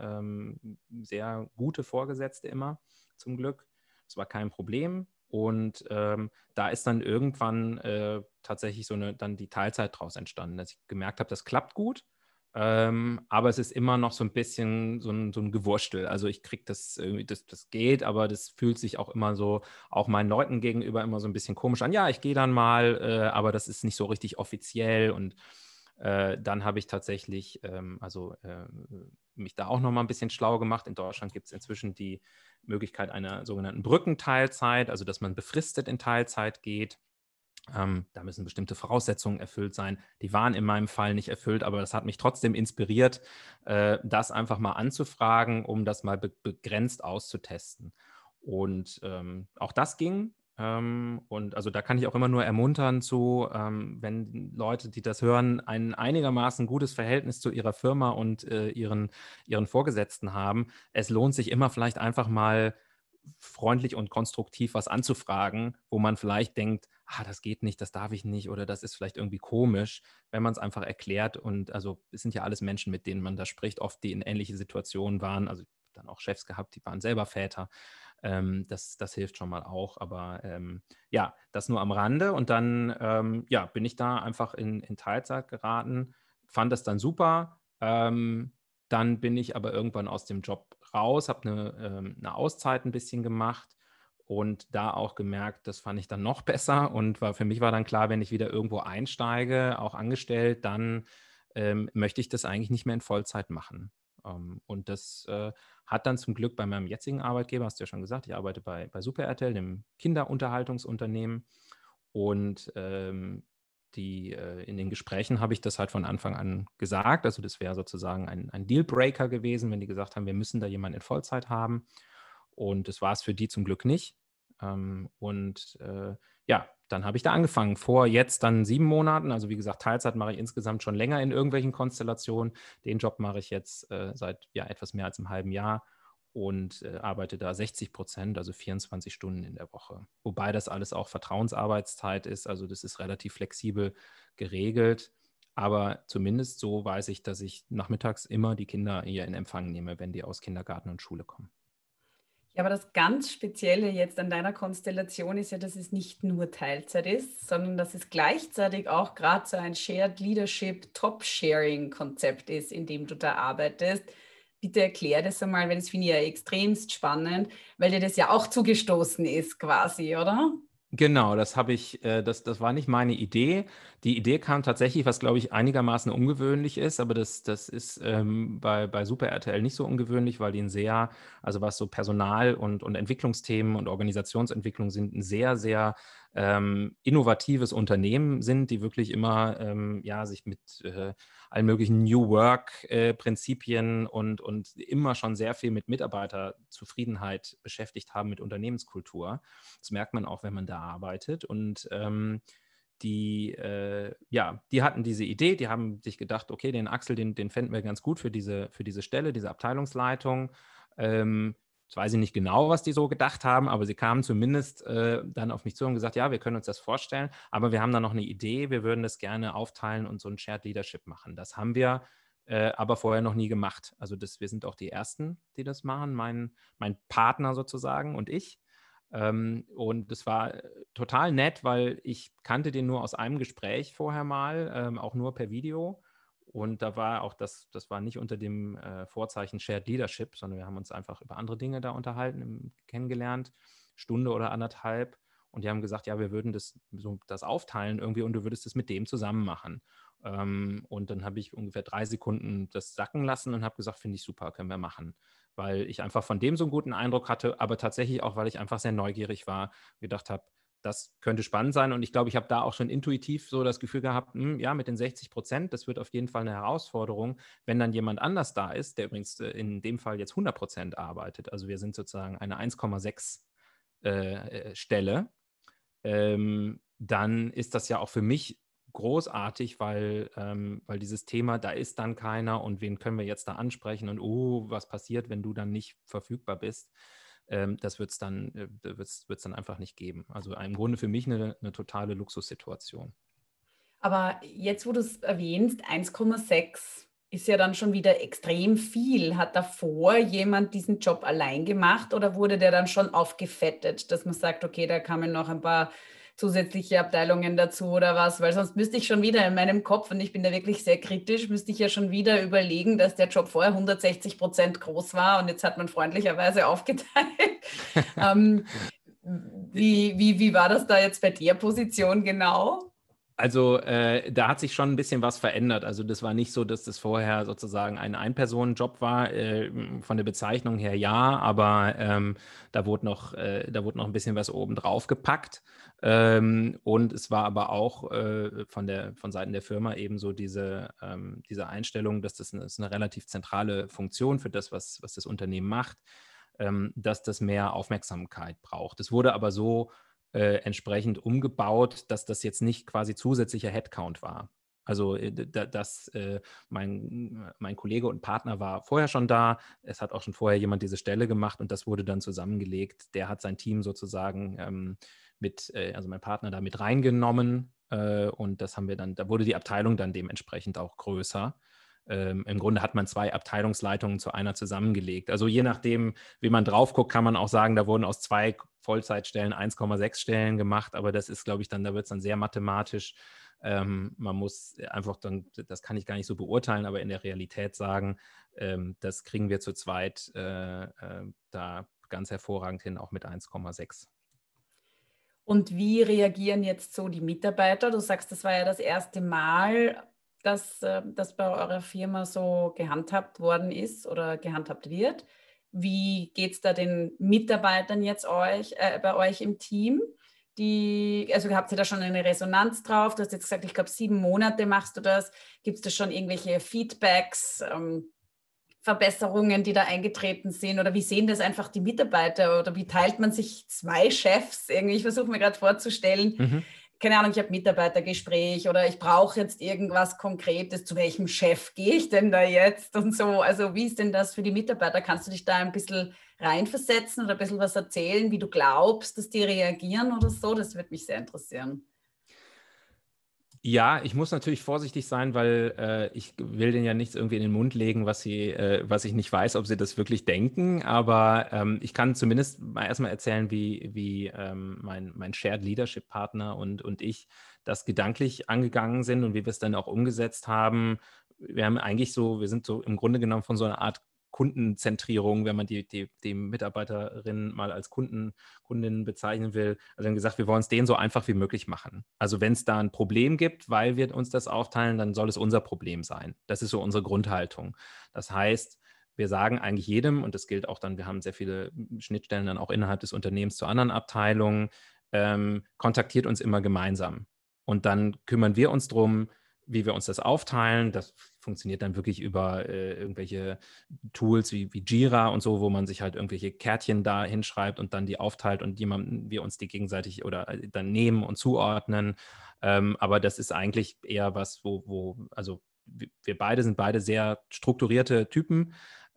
sehr gute Vorgesetzte immer, zum Glück. Das war kein Problem. Und da ist dann irgendwann tatsächlich dann die Teilzeit draus entstanden, dass ich gemerkt habe, das klappt gut. Aber es ist immer noch so ein bisschen so ein Gewurstel. Also ich kriege das irgendwie, das geht, aber das fühlt sich auch immer so, auch meinen Leuten gegenüber immer so ein bisschen komisch an. Ja, ich gehe dann mal, aber das ist nicht so richtig offiziell. Und dann habe ich tatsächlich mich da auch noch mal ein bisschen schlau gemacht. In Deutschland gibt es inzwischen die Möglichkeit einer sogenannten Brückenteilzeit, also dass man befristet in Teilzeit geht. Da müssen bestimmte Voraussetzungen erfüllt sein. Die waren in meinem Fall nicht erfüllt, aber das hat mich trotzdem inspiriert, das einfach mal anzufragen, um das mal begrenzt auszutesten. Und auch das ging. Und also da kann ich auch immer nur ermuntern zu, wenn Leute, die das hören, ein einigermaßen gutes Verhältnis zu ihrer Firma und ihren Vorgesetzten haben. Es lohnt sich immer vielleicht einfach mal freundlich und konstruktiv was anzufragen, wo man vielleicht denkt, das geht nicht, das darf ich nicht oder das ist vielleicht irgendwie komisch, wenn man es einfach erklärt. Und also es sind ja alles Menschen, mit denen man da spricht, oft die in ähnliche Situationen waren. Also ich habe dann auch Chefs gehabt, die waren selber Väter. Das hilft schon mal auch. Aber ja, das nur am Rande. Und dann bin ich da einfach in Teilzeit geraten, fand das dann super. Dann bin ich aber irgendwann aus dem Job raus, habe eine Auszeit ein bisschen gemacht und da auch gemerkt, das fand ich dann noch besser und für mich war dann klar, wenn ich wieder irgendwo einsteige, auch angestellt, dann möchte ich das eigentlich nicht mehr in Vollzeit machen. Und das hat dann zum Glück bei meinem jetzigen Arbeitgeber, hast du ja schon gesagt, ich arbeite bei Super RTL, dem Kinderunterhaltungsunternehmen und in den Gesprächen habe ich das halt von Anfang an gesagt. Also das wäre sozusagen ein Dealbreaker gewesen, wenn die gesagt haben, wir müssen da jemanden in Vollzeit haben. Und das war es für die zum Glück nicht. Dann habe ich da angefangen. Vor jetzt dann 7 Monaten. Also wie gesagt, Teilzeit mache ich insgesamt schon länger in irgendwelchen Konstellationen. Den Job mache ich jetzt seit etwas mehr als einem halben Jahr und arbeite da 60%, also 24 Stunden in der Woche. Wobei das alles auch Vertrauensarbeitszeit ist, also das ist relativ flexibel geregelt. Aber zumindest so weiß ich, dass ich nachmittags immer die Kinder hier in Empfang nehme, wenn die aus Kindergarten und Schule kommen. Ja, aber das ganz Spezielle jetzt an deiner Konstellation ist ja, dass es nicht nur Teilzeit ist, sondern dass es gleichzeitig auch gerade so ein Shared Leadership Top-Sharing-Konzept ist, in dem du da arbeitest. Bitte erklär das einmal, weil das finde ich ja extremst spannend, weil dir das ja auch zugestoßen ist quasi, oder? Genau, das habe ich, das war nicht meine Idee. Die Idee kam tatsächlich, was glaube ich einigermaßen ungewöhnlich ist, aber das ist bei Super RTL nicht so ungewöhnlich, weil die also was so Personal- und Entwicklungsthemen und Organisationsentwicklung sind, ein sehr, sehr innovatives Unternehmen sind, die wirklich immer sich mit allen möglichen New Work-Prinzipien und immer schon sehr viel mit Mitarbeiterzufriedenheit beschäftigt haben, mit Unternehmenskultur. Das merkt man auch, wenn man da arbeitet. Und die hatten diese Idee, die haben sich gedacht, okay, den Axel, den fänden wir ganz gut für diese Stelle, diese Abteilungsleitung. Jetzt weiß ich nicht genau, was die so gedacht haben, aber sie kamen zumindest dann auf mich zu und gesagt, ja, wir können uns das vorstellen, aber wir haben da noch eine Idee, wir würden das gerne aufteilen und so ein Shared Leadership machen. Das haben wir aber vorher noch nie gemacht. Also wir sind auch die Ersten, die das machen, mein Partner sozusagen und ich. Und das war total nett, weil ich kannte den nur aus einem Gespräch vorher mal, auch nur per Video. Und da war auch das war nicht unter dem Vorzeichen Shared Leadership, sondern wir haben uns einfach über andere Dinge da unterhalten, kennengelernt, Stunde oder anderthalb. Und die haben gesagt, ja, wir würden das aufteilen irgendwie und du würdest es mit dem zusammen machen. Und dann habe ich ungefähr 3 Sekunden das sacken lassen und habe gesagt, finde ich super, können wir machen. Weil ich einfach von dem so einen guten Eindruck hatte, aber tatsächlich auch, weil ich einfach sehr neugierig war, gedacht habe, das könnte spannend sein. Und ich glaube, ich habe da auch schon intuitiv so das Gefühl gehabt, ja, mit den 60%, das wird auf jeden Fall eine Herausforderung, wenn dann jemand anders da ist, der übrigens in dem Fall jetzt 100% arbeitet. Also wir sind sozusagen eine 1,6 Stelle. Dann ist das ja auch für mich großartig, weil dieses Thema, da ist dann keiner und wen können wir jetzt da ansprechen und was passiert, wenn du dann nicht verfügbar bist. Das wird es dann einfach nicht geben. Also im Grunde für mich eine totale Luxussituation. Aber jetzt, wo du es erwähnst, 1,6 ist ja dann schon wieder extrem viel. Hat davor jemand diesen Job allein gemacht oder wurde der dann schon aufgefettet, dass man sagt, okay, da kamen noch ein paar zusätzliche Abteilungen dazu oder was? Weil sonst müsste ich schon wieder in meinem Kopf, und ich bin da wirklich sehr kritisch, müsste ich ja schon wieder überlegen, dass der Job vorher 160% groß war und jetzt hat man freundlicherweise aufgeteilt. ähm, wie war das da jetzt bei der Position genau? Also da hat sich schon ein bisschen was verändert. Also das war nicht so, dass das vorher sozusagen ein Ein-Personen-Job war. Von der Bezeichnung her ja, aber da wurde noch ein bisschen was oben drauf gepackt. Und es war aber auch von Seiten der Firma eben so diese Einstellung, dass das ist eine relativ zentrale Funktion für das, was das Unternehmen macht. dass das mehr Aufmerksamkeit braucht. Es wurde aber so entsprechend umgebaut, dass das jetzt nicht quasi zusätzlicher Headcount war. Also mein Kollege und Partner war vorher schon da. Es hat auch schon vorher jemand diese Stelle gemacht und das wurde dann zusammengelegt. Der hat sein Team sozusagen also mein Partner da mit reingenommen und das haben wir dann, da wurde die Abteilung dann dementsprechend auch größer. Im Grunde hat man 2 Abteilungsleitungen zu einer zusammengelegt. Also je nachdem, wie man drauf guckt, kann man auch sagen, da wurden aus 2 Vollzeitstellen 1,6 Stellen gemacht, aber das ist, glaube ich, dann, da wird es dann sehr mathematisch. Man muss einfach dann, das kann ich gar nicht so beurteilen, aber in der Realität sagen, das kriegen wir zu zweit da ganz hervorragend hin, auch mit 1,6. Und wie reagieren jetzt so die Mitarbeiter? Du sagst, das war ja das erste Mal, dass das bei eurer Firma so gehandhabt worden ist oder gehandhabt wird. Wie geht es da den Mitarbeitern jetzt bei euch im Team? Also habt ihr da schon eine Resonanz drauf? Du hast jetzt gesagt, ich glaube 7 Monate machst du das. Gibt es da schon irgendwelche Feedbacks? Verbesserungen, die da eingetreten sind? Oder wie sehen das einfach die Mitarbeiter? Oder wie teilt man sich 2 Chefs? Irgendwie, ich versuche mir gerade vorzustellen, keine Ahnung, ich habe Mitarbeitergespräch oder ich brauche jetzt irgendwas Konkretes. Zu welchem Chef gehe ich denn da jetzt? Und so, also wie ist denn das für die Mitarbeiter? Kannst du dich da ein bisschen reinversetzen oder ein bisschen was erzählen, wie du glaubst, dass die reagieren oder so? Das würde mich sehr interessieren. Ja, ich muss natürlich vorsichtig sein, weil ich will denen ja nichts irgendwie in den Mund legen, was ich nicht weiß, ob sie das wirklich denken. Aber ich kann zumindest mal erstmal erzählen, wie mein Shared Leadership Partner und ich das gedanklich angegangen sind und wie wir es dann auch umgesetzt haben. Wir sind so im Grunde genommen von so einer Art Kundenzentrierung, wenn man die Mitarbeiterin mal als Kundin bezeichnen will. Also wir haben gesagt, wir wollen es denen so einfach wie möglich machen. Also wenn es da ein Problem gibt, weil wir uns das aufteilen, dann soll es unser Problem sein. Das ist so unsere Grundhaltung. Das heißt, wir sagen eigentlich jedem, und das gilt auch dann, wir haben sehr viele Schnittstellen dann auch innerhalb des Unternehmens zu anderen Abteilungen, kontaktiert uns immer gemeinsam. Und dann kümmern wir uns drum, wie wir uns das aufteilen. Das funktioniert dann wirklich über irgendwelche Tools wie Jira und so, wo man sich halt irgendwelche Kärtchen da hinschreibt und dann die aufteilt und wir uns die gegenseitig oder dann nehmen und zuordnen. Aber das ist eigentlich eher was, also wir beide sind beide sehr strukturierte Typen.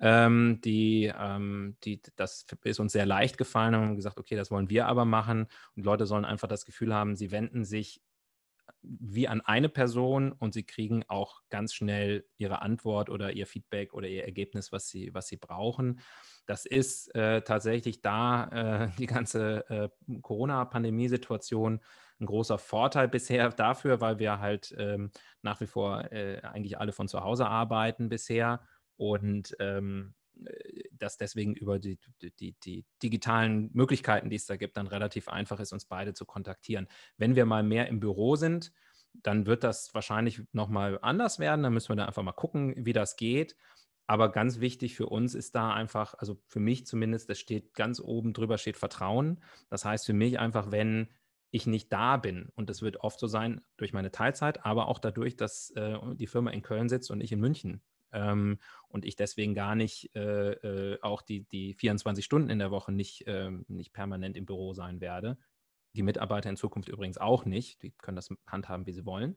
Das ist uns sehr leicht gefallen, haben gesagt, okay, das wollen wir aber machen. Und Leute sollen einfach das Gefühl haben, sie wenden sich wie an eine Person und sie kriegen auch ganz schnell ihre Antwort oder ihr Feedback oder ihr Ergebnis, was sie brauchen. Das ist tatsächlich die ganze Corona-Pandemie-Situation ein großer Vorteil bisher dafür, weil wir halt nach wie vor eigentlich alle von zu Hause arbeiten bisher und dass deswegen über die digitalen Möglichkeiten, die es da gibt, dann relativ einfach ist, uns beide zu kontaktieren. Wenn wir mal mehr im Büro sind, dann wird das wahrscheinlich nochmal anders werden. Dann müssen wir da einfach mal gucken, wie das geht. Aber ganz wichtig für uns ist da einfach, also für mich zumindest, das steht ganz oben drüber, steht Vertrauen. Das heißt für mich einfach, wenn ich nicht da bin, und das wird oft so sein durch meine Teilzeit, aber auch dadurch, dass die Firma in Köln sitzt und ich in München. Und ich deswegen gar nicht auch die 24 Stunden in der Woche nicht permanent im Büro sein werde. Die Mitarbeiter in Zukunft übrigens auch nicht. Die können das handhaben, wie sie wollen.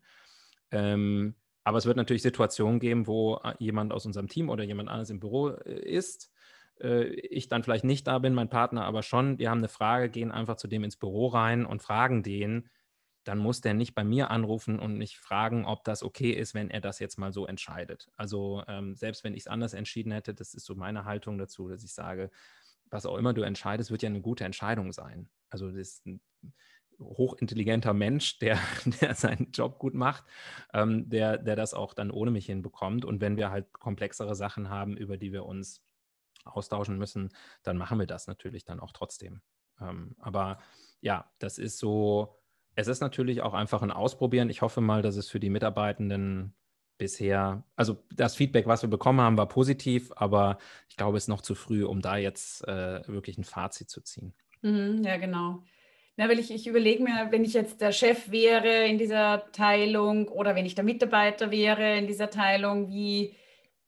Aber es wird natürlich Situationen geben, wo jemand aus unserem Team oder jemand anderes im Büro ist. Ich dann vielleicht nicht da bin, mein Partner aber schon. Die haben eine Frage, gehen einfach zu dem ins Büro rein und fragen den. Dann muss der nicht bei mir anrufen und mich fragen, ob das okay ist, wenn er das jetzt mal so entscheidet. Also selbst wenn ich es anders entschieden hätte, das ist so meine Haltung dazu, dass ich sage, was auch immer du entscheidest, wird ja eine gute Entscheidung sein. Also das ist ein hochintelligenter Mensch, der seinen Job gut macht, der das auch dann ohne mich hinbekommt. Und wenn wir halt komplexere Sachen haben, über die wir uns austauschen müssen, dann machen wir das natürlich dann auch trotzdem. Aber ja, das ist so, es ist natürlich auch einfach ein Ausprobieren. Ich hoffe mal, dass es für die Mitarbeitenden bisher, also das Feedback, was wir bekommen haben, war positiv, aber ich glaube, es ist noch zu früh, um da jetzt wirklich ein Fazit zu ziehen. Ja, genau. Na, weil ich überlege mir, wenn ich jetzt der Chef wäre in dieser Teilung oder wenn ich der Mitarbeiter wäre in dieser Teilung, wie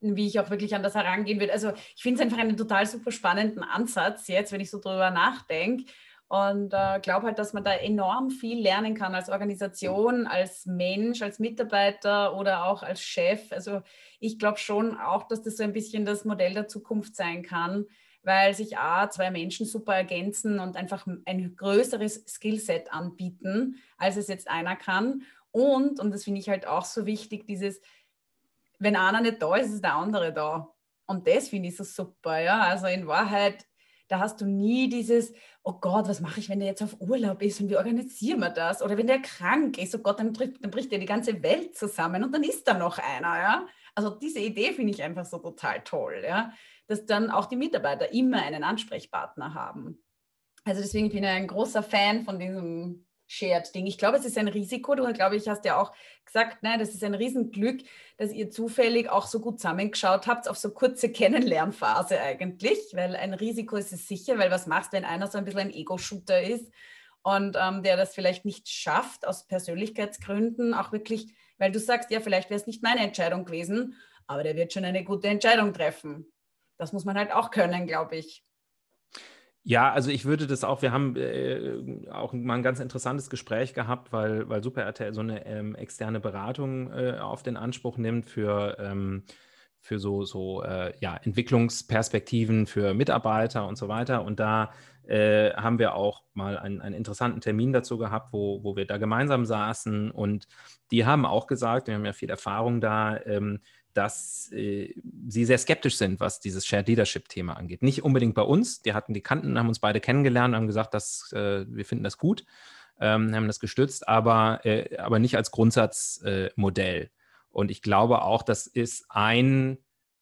wie ich auch wirklich an das herangehen würde. Also ich finde es einfach einen total super spannenden Ansatz jetzt, wenn ich so drüber nachdenke. Und glaube halt, dass man da enorm viel lernen kann als Organisation, als Mensch, als Mitarbeiter oder auch als Chef. Also ich glaube schon auch, dass das so ein bisschen das Modell der Zukunft sein kann, weil sich zwei Menschen super ergänzen und einfach ein größeres Skillset anbieten, als es jetzt einer kann. Und das finde ich halt auch so wichtig, wenn einer nicht da ist, ist der andere da. Und das finde ich so super, ja. Also in Wahrheit, da hast du nie dieses, oh Gott, was mache ich, wenn der jetzt auf Urlaub ist und wie organisieren wir das? Oder wenn der krank ist, oh Gott, dann bricht ja die ganze Welt zusammen und dann ist da noch einer, ja. Also diese Idee finde ich einfach so total toll, ja. Dass dann auch die Mitarbeiter immer einen Ansprechpartner haben. Also deswegen bin ich ein großer Fan von diesem Shared-Ding. Ich glaube, es ist ein Risiko. Du, glaube ich, hast ja auch gesagt, ne, das ist ein Riesenglück, dass ihr zufällig auch so gut zusammengeschaut habt auf so kurze Kennenlernphase eigentlich, weil ein Risiko ist es sicher, weil was machst du, wenn einer so ein bisschen ein Ego-Shooter ist und der das vielleicht nicht schafft aus Persönlichkeitsgründen, auch wirklich, weil du sagst, ja, vielleicht wäre es nicht meine Entscheidung gewesen, aber der wird schon eine gute Entscheidung treffen. Das muss man halt auch können, glaube ich. Ja, also ich würde das auch, wir haben auch mal ein ganz interessantes Gespräch gehabt, weil Super RTL so eine externe Beratung auf den Anspruch nimmt für ja, Entwicklungsperspektiven für Mitarbeiter und so weiter. Und da haben wir auch mal einen interessanten Termin dazu gehabt, wo wir da gemeinsam saßen. Und die haben auch gesagt, wir haben ja viel Erfahrung da, dass sie sehr skeptisch sind, was dieses Shared Leadership-Thema angeht. Nicht unbedingt bei uns, haben uns beide kennengelernt und haben gesagt, wir finden das gut, haben das gestützt, aber nicht als Grundsatzmodell. Und ich glaube auch, das ist ein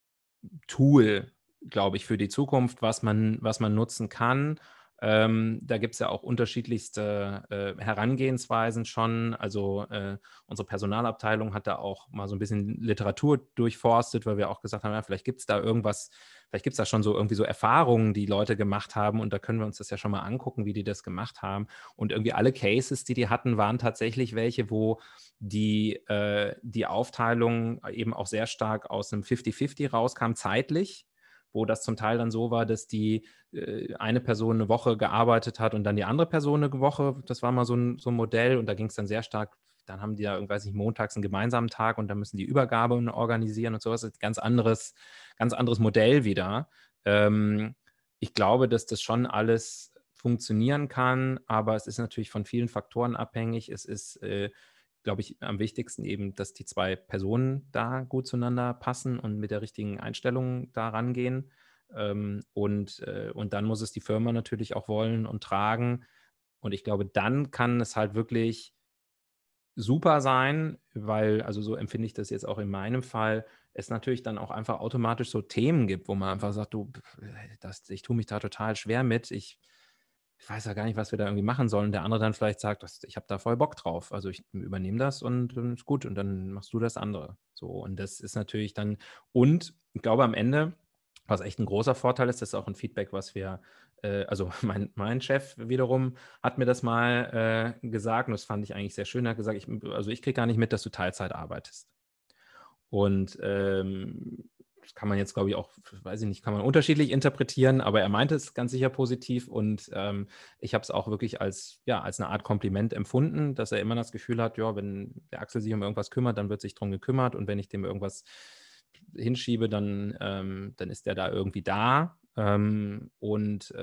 Tool, glaube ich, für die Zukunft, was man nutzen kann. Da gibt es ja auch unterschiedlichste Herangehensweisen schon. Also unsere Personalabteilung hat da auch mal so ein bisschen Literatur durchforstet, weil wir auch gesagt haben, ja, vielleicht gibt es da irgendwas, vielleicht gibt es da schon so irgendwie so Erfahrungen, die Leute gemacht haben und da können wir uns das ja schon mal angucken, wie die das gemacht haben. Und irgendwie alle Cases, die hatten, waren tatsächlich welche, wo die Aufteilung eben auch sehr stark aus einem 50-50 rauskam, zeitlich, wo das zum Teil dann so war, dass die eine Person eine Woche gearbeitet hat und dann die andere Person eine Woche. Das war mal so ein Modell und da ging es dann sehr stark, dann haben die ja irgendwas nicht montags einen gemeinsamen Tag und dann müssen die Übergabe organisieren und sowas. Das ist ein ganz anderes Modell wieder. Ich glaube, dass das schon alles funktionieren kann, aber es ist natürlich von vielen Faktoren abhängig. Es ist glaube ich, am wichtigsten eben, dass die zwei Personen da gut zueinander passen und mit der richtigen Einstellung da rangehen. Und dann muss es die Firma natürlich auch wollen und tragen. Und ich glaube, dann kann es halt wirklich super sein, weil, also so empfinde ich das jetzt auch in meinem Fall, es natürlich dann auch einfach automatisch so Themen gibt, wo man einfach sagt, ich tue mich da total schwer mit, ich weiß ja gar nicht, was wir da irgendwie machen sollen. Der andere dann vielleicht sagt, ich habe da voll Bock drauf. Also ich übernehme das und dann ist gut und dann machst du das andere. So, und das ist natürlich dann, und ich glaube am Ende, was echt ein großer Vorteil ist, das ist auch ein Feedback, was wir, also mein Chef wiederum hat mir das mal gesagt und das fand ich eigentlich sehr schön. Er hat gesagt, ich kriege gar nicht mit, dass du Teilzeit arbeitest. Und das kann man jetzt, glaube ich, auch, weiß ich nicht, kann man unterschiedlich interpretieren, aber er meinte es ganz sicher positiv und ich habe es auch wirklich als eine Art Kompliment empfunden, dass er immer das Gefühl hat, ja, wenn der Axel sich um irgendwas kümmert, dann wird sich darum gekümmert und wenn ich dem irgendwas hinschiebe, dann ist der da irgendwie da und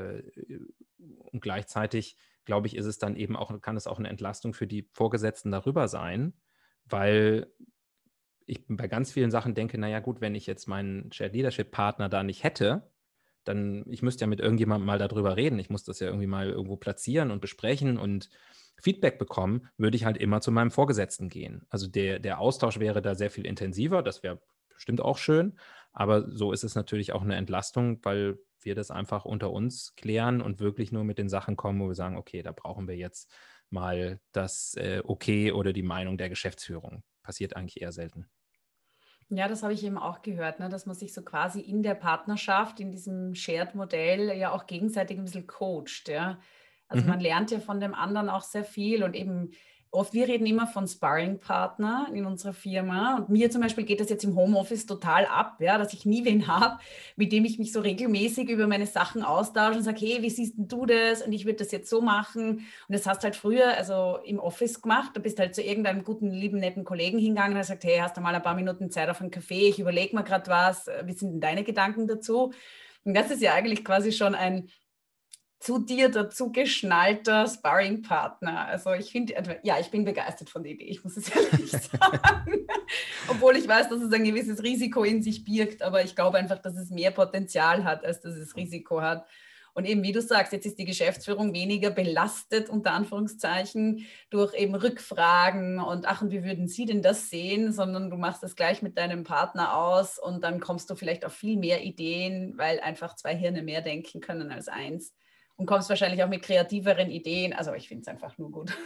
gleichzeitig, glaube ich, ist es dann eben auch, kann es auch eine Entlastung für die Vorgesetzten darüber sein, weil ich bei ganz vielen Sachen denke, naja gut, wenn ich jetzt meinen Shared Leadership Partner da nicht hätte, dann, ich müsste ja mit irgendjemandem mal darüber reden. Ich muss das ja irgendwie mal irgendwo platzieren und besprechen und Feedback bekommen, würde ich halt immer zu meinem Vorgesetzten gehen. Also der Austausch wäre da sehr viel intensiver, das wäre bestimmt auch schön, aber so ist es natürlich auch eine Entlastung, weil wir das einfach unter uns klären und wirklich nur mit den Sachen kommen, wo wir sagen, okay, da brauchen wir jetzt mal das Okay oder die Meinung der Geschäftsführung. Passiert eigentlich eher selten. Ja, das habe ich eben auch gehört, ne, dass man sich so quasi in der Partnerschaft, in diesem Shared-Modell ja auch gegenseitig ein bisschen coacht. Ja. Also man Mhm. lernt ja von dem anderen auch sehr viel und eben Oft, wir reden immer von Sparring-Partner in unserer Firma und mir zum Beispiel geht das jetzt im Homeoffice total ab, ja, dass ich nie wen habe, mit dem ich mich so regelmäßig über meine Sachen austausche und sage, hey, wie siehst denn du das? Und ich würde das jetzt so machen. Und das hast du halt früher also im Office gemacht, da bist halt zu irgendeinem guten, lieben, netten Kollegen hingegangen und hast gesagt, hey, hast du mal ein paar Minuten Zeit auf einen Kaffee? Ich überlege mir gerade was, wie sind denn deine Gedanken dazu? Und das ist ja eigentlich quasi schon ein zu dir dazu geschnallter Sparring-Partner. Also ich finde, ja, ich bin begeistert von der Idee, ich muss es ehrlich sagen. Obwohl ich weiß, dass es ein gewisses Risiko in sich birgt, aber ich glaube einfach, dass es mehr Potenzial hat, als dass es Risiko hat. Und eben, wie du sagst, jetzt ist die Geschäftsführung weniger belastet, unter Anführungszeichen, durch eben Rückfragen und ach, und wie würden Sie denn das sehen, sondern du machst das gleich mit deinem Partner aus und dann kommst du vielleicht auf viel mehr Ideen, weil einfach zwei Hirne mehr denken können als eins und kommst wahrscheinlich auch mit kreativeren Ideen. Also ich finde es einfach nur gut.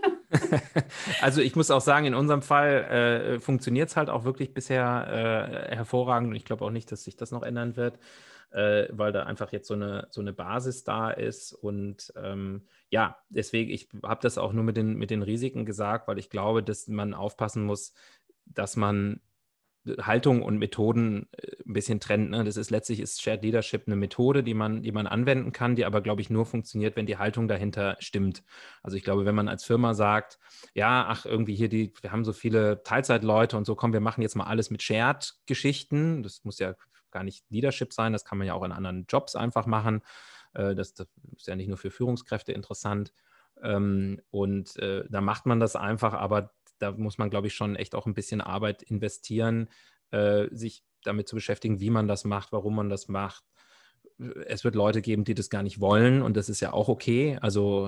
Also ich muss auch sagen, in unserem Fall funktioniert es halt auch wirklich bisher hervorragend und ich glaube auch nicht, dass sich das noch ändern wird, weil da einfach jetzt so eine Basis da ist und ja, deswegen, ich habe das auch nur mit den Risiken gesagt, weil ich glaube, dass man aufpassen muss, dass man Haltung und Methoden ein bisschen trennt. Ne? Das ist letztlich ist Shared Leadership eine Methode, die man anwenden kann, die aber, glaube ich, nur funktioniert, wenn die Haltung dahinter stimmt. Also ich glaube, wenn man als Firma sagt, ja, ach, irgendwie hier wir haben so viele Teilzeitleute und so, komm, wir machen jetzt mal alles mit Shared-Geschichten. Das muss ja gar nicht Leadership sein, das kann man ja auch in anderen Jobs einfach machen. Das ist ja nicht nur für Führungskräfte interessant. Und da macht man das einfach, aber da muss man, glaube ich, schon echt auch ein bisschen Arbeit investieren, sich damit zu beschäftigen, wie man das macht, warum man das macht. Es wird Leute geben, die das gar nicht wollen und das ist ja auch okay. Also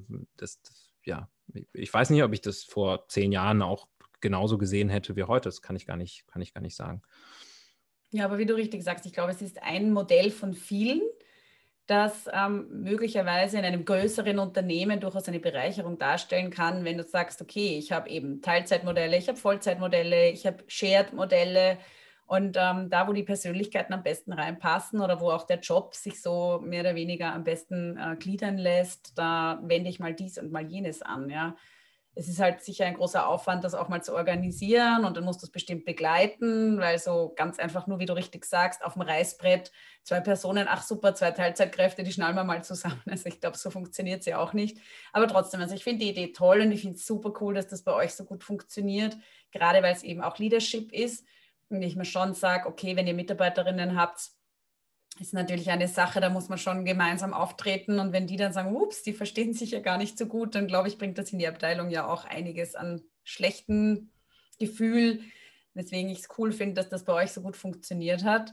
ja, ich weiß nicht, ob ich das vor 10 Jahren auch genauso gesehen hätte wie heute. Das kann ich gar nicht sagen. Ja, aber wie du richtig sagst, ich glaube, es ist ein Modell von vielen, das möglicherweise in einem größeren Unternehmen durchaus eine Bereicherung darstellen kann, wenn du sagst, okay, ich habe eben Teilzeitmodelle, ich habe Vollzeitmodelle, ich habe Shared-Modelle und da, wo die Persönlichkeiten am besten reinpassen oder wo auch der Job sich so mehr oder weniger am besten gliedern lässt, da wende ich mal dies und mal jenes an, ja. Es ist halt sicher ein großer Aufwand, das auch mal zu organisieren und dann musst du es bestimmt begleiten, weil so ganz einfach nur, wie du richtig sagst, auf dem Reißbrett 2 Personen, ach super, 2 Teilzeitkräfte, die schnallen wir mal zusammen. Also ich glaube, so funktioniert es ja auch nicht. Aber trotzdem, also ich finde die Idee toll und ich finde es super cool, dass das bei euch so gut funktioniert, gerade weil es eben auch Leadership ist und ich mir schon sage, okay, wenn ihr Mitarbeiterinnen habt, ist natürlich eine Sache, da muss man schon gemeinsam auftreten und wenn die dann sagen, ups, die verstehen sich ja gar nicht so gut, dann glaube ich, bringt das in die Abteilung ja auch einiges an schlechten Gefühl, weswegen ich es cool finde, dass das bei euch so gut funktioniert hat.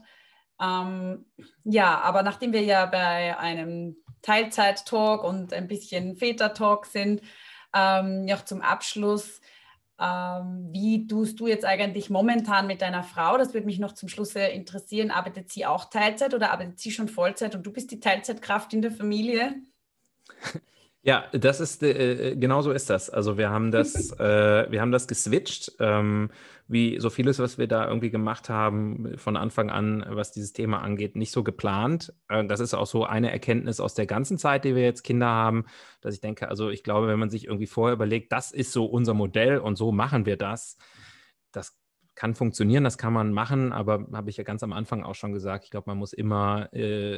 Ja, aber nachdem wir ja bei einem Teilzeit-Talk und ein bisschen Väter-Talk sind, ja, zum Abschluss, wie tust du jetzt eigentlich momentan mit deiner Frau? Das würde mich noch zum Schluss sehr interessieren. Arbeitet sie auch Teilzeit oder arbeitet sie schon Vollzeit und du bist die Teilzeitkraft in der Familie? Ja, das ist genau so ist das. Also wir haben das geswitcht, wie so vieles, was wir da irgendwie gemacht haben, von Anfang an, was dieses Thema angeht, nicht so geplant. Das ist auch so eine Erkenntnis aus der ganzen Zeit, die wir jetzt Kinder haben, dass ich denke, also ich glaube, wenn man sich irgendwie vorher überlegt, das ist so unser Modell und so machen wir das, das kann funktionieren, das kann man machen, aber habe ich ja ganz am Anfang auch schon gesagt, ich glaube, man muss immer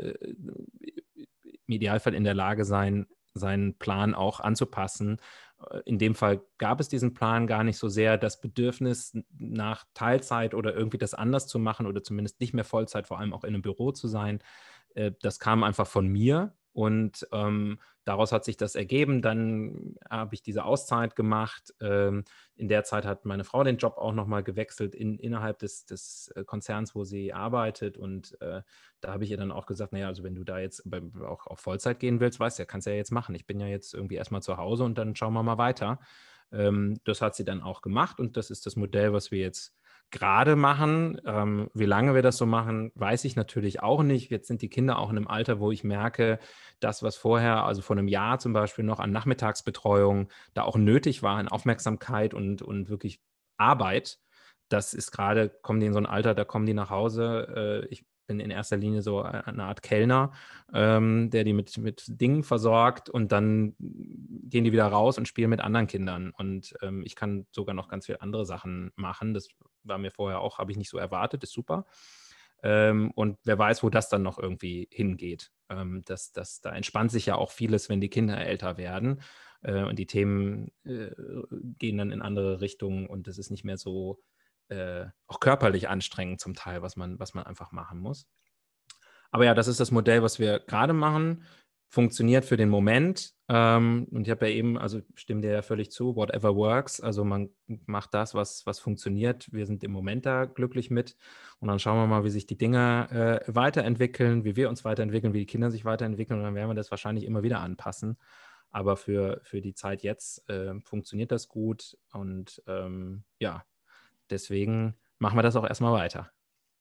im Idealfall in der Lage sein, seinen Plan auch anzupassen. In dem Fall gab es diesen Plan gar nicht so sehr. Das Bedürfnis nach Teilzeit oder irgendwie das anders zu machen oder zumindest nicht mehr Vollzeit, vor allem auch in einem Büro zu sein, das kam einfach von mir und daraus hat sich das ergeben. Dann habe ich diese Auszeit gemacht. In der Zeit hat meine Frau den Job auch nochmal gewechselt innerhalb des Konzerns, wo sie arbeitet und da habe ich ihr dann auch gesagt, naja, also wenn du da jetzt auch auf Vollzeit gehen willst, weißt du, ja, kannst du ja jetzt machen. Ich bin ja jetzt irgendwie erstmal zu Hause und dann schauen wir mal weiter. Das hat sie dann auch gemacht und das ist das Modell, was wir jetzt gerade machen. Wie lange wir das so machen, weiß ich natürlich auch nicht. Jetzt sind die Kinder auch in einem Alter, wo ich merke, das, was vorher, also vor einem Jahr zum Beispiel noch an Nachmittagsbetreuung da auch nötig war, an Aufmerksamkeit und wirklich Arbeit, das ist gerade, kommen die in so ein Alter, da kommen die nach Hause. Ich bin in erster Linie so eine Art Kellner, der die mit Dingen versorgt und dann gehen die wieder raus und spielen mit anderen Kindern. Und ich kann sogar noch ganz viele andere Sachen machen. Das war mir vorher auch, habe ich nicht so erwartet, ist super. Und wer weiß, wo das dann noch irgendwie hingeht. Da entspannt sich ja auch vieles, wenn die Kinder älter werden und die Themen gehen dann in andere Richtungen und es ist nicht mehr so auch körperlich anstrengend zum Teil, was man einfach machen muss. Aber ja, das ist das Modell, was wir gerade machen. Funktioniert für den Moment. Und ich habe ja eben, also stimme dir ja völlig zu, whatever works. Also man macht das, was funktioniert. Wir sind im Moment da glücklich mit. Und dann schauen wir mal, wie sich die Dinge weiterentwickeln, wie wir uns weiterentwickeln, wie die Kinder sich weiterentwickeln. Und dann werden wir das wahrscheinlich immer wieder anpassen. Aber für die Zeit jetzt funktioniert das gut. Und ja, deswegen machen wir das auch erstmal weiter.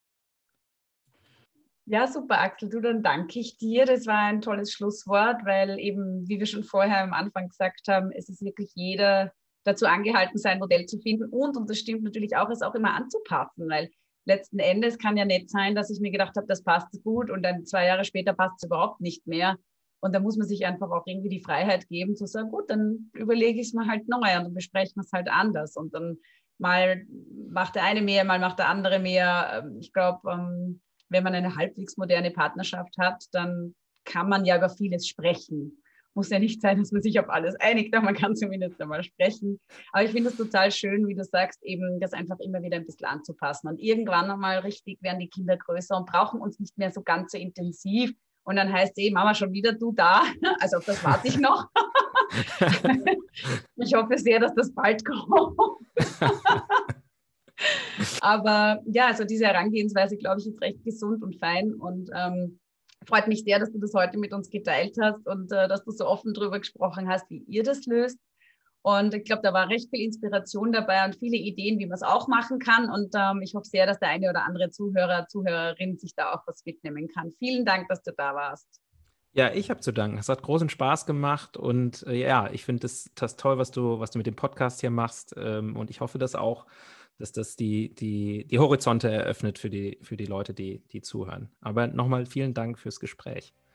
Ja, super, Axel. Du, dann danke ich dir. Das war ein tolles Schlusswort, weil eben, wie wir schon vorher am Anfang gesagt haben, es ist wirklich jeder dazu angehalten, sein Modell zu finden. Und das stimmt natürlich auch, es auch immer anzupassen, weil letzten Endes kann ja nicht sein, dass ich mir gedacht habe, das passt gut und dann 2 Jahre später passt es überhaupt nicht mehr. Und da muss man sich einfach auch irgendwie die Freiheit geben, zu sagen, gut, dann überlege ich es mir halt neu und dann besprechen wir es halt anders. Und dann mal macht der eine mehr, mal macht der andere mehr. Ich glaube, wenn man eine halbwegs moderne Partnerschaft hat, dann kann man ja über vieles sprechen. Muss ja nicht sein, dass man sich auf alles einigt, aber man kann zumindest einmal sprechen. Aber ich finde es total schön, wie du sagst, eben das einfach immer wieder ein bisschen anzupassen. Und irgendwann nochmal richtig werden die Kinder größer und brauchen uns nicht mehr so ganz so intensiv. Und dann heißt es Mama, schon wieder du da. Also auf das warte ich noch. Ich hoffe sehr, dass das bald kommt. Aber ja, also diese Herangehensweise, glaube ich, ist recht gesund und fein und freut mich sehr, dass du das heute mit uns geteilt hast und dass du so offen darüber gesprochen hast, wie ihr das löst. Und ich glaube, da war recht viel Inspiration dabei und viele Ideen, wie man es auch machen kann. Und ich hoffe sehr, dass der eine oder andere Zuhörer, Zuhörerin sich da auch was mitnehmen kann. Vielen Dank, dass du da warst. Ja, ich habe zu danken. Es hat großen Spaß gemacht und ja, ich finde das toll, was du mit dem Podcast hier machst und ich hoffe das auch, dass das die Horizonte eröffnet für die Leute, die zuhören. Aber nochmal vielen Dank fürs Gespräch.